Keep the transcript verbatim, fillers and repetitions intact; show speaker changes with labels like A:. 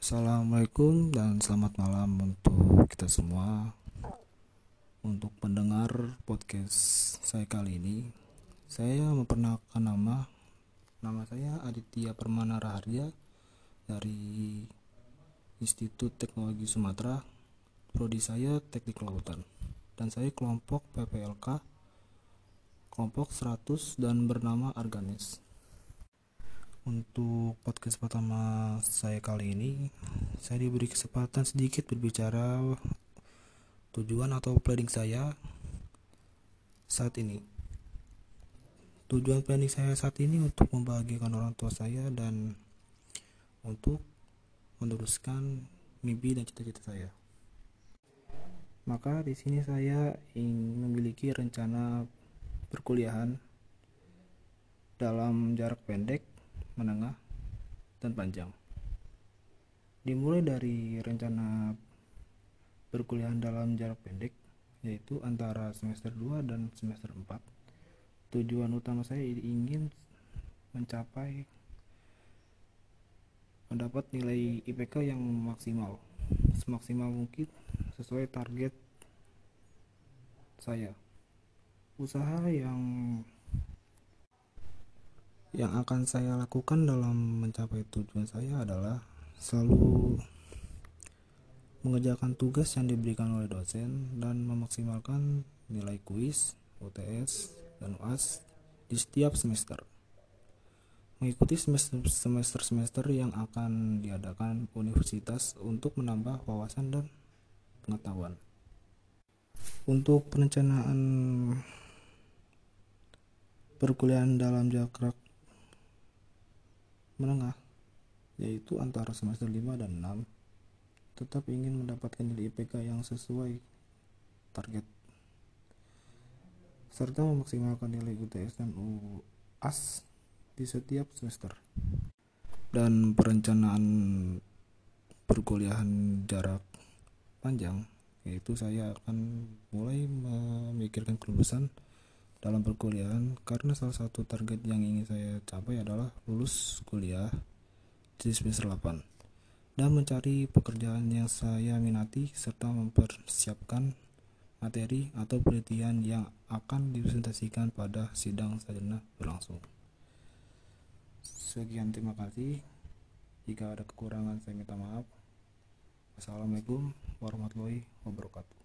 A: Assalamualaikum dan selamat malam untuk kita semua. Untuk pendengar podcast saya kali ini, saya memperkenalkan nama Nama saya Aditya Permana Raharja dari Institut Teknologi Sumatera. Prodi saya Teknik Kelautan, dan saya kelompok P P L K kelompok seratus dan bernama Arganis. Untuk podcast pertama saya kali ini, saya diberi kesempatan sedikit berbicara tujuan atau planning saya saat ini. Tujuan planning saya saat ini untuk membahagiakan orang tua saya dan untuk meneruskan mimpi dan cita-cita saya. Maka di sini saya ingin memiliki rencana perkuliahan dalam jarak pendek, menengah, dan panjang. Dimulai dari rencana perkuliahan dalam jarak pendek, yaitu antara semester dua dan semester empat. Tujuan utama saya ingin mencapai mendapat nilai I P K yang maksimal, semaksimal mungkin sesuai target saya. Usaha yang yang akan saya lakukan dalam mencapai tujuan saya adalah selalu mengerjakan tugas yang diberikan oleh dosen dan memaksimalkan nilai kuis, U T S, dan U A S di setiap semester. Mengikuti semester-semester yang akan diadakan universitas untuk menambah wawasan dan pengetahuan. Untuk perencanaan perkuliahan dalam jarak menengah, yaitu antara semester lima dan enam, tetap ingin mendapatkan nilai I P K yang sesuai target, serta memaksimalkan nilai U T S dan U A S di setiap semester. Dan perencanaan perkuliahan jarak panjang, yaitu saya akan mulai memikirkan kelulusan dalam perkuliahan, karena salah satu target yang ingin saya capai adalah lulus kuliah di semester delapan dan mencari pekerjaan yang saya minati serta mempersiapkan materi atau penelitian yang akan dipresentasikan pada sidang sarjana berlangsung. Sekian, terima kasih. Jika ada kekurangan saya minta maaf. Assalamualaikum warahmatullahi wabarakatuh.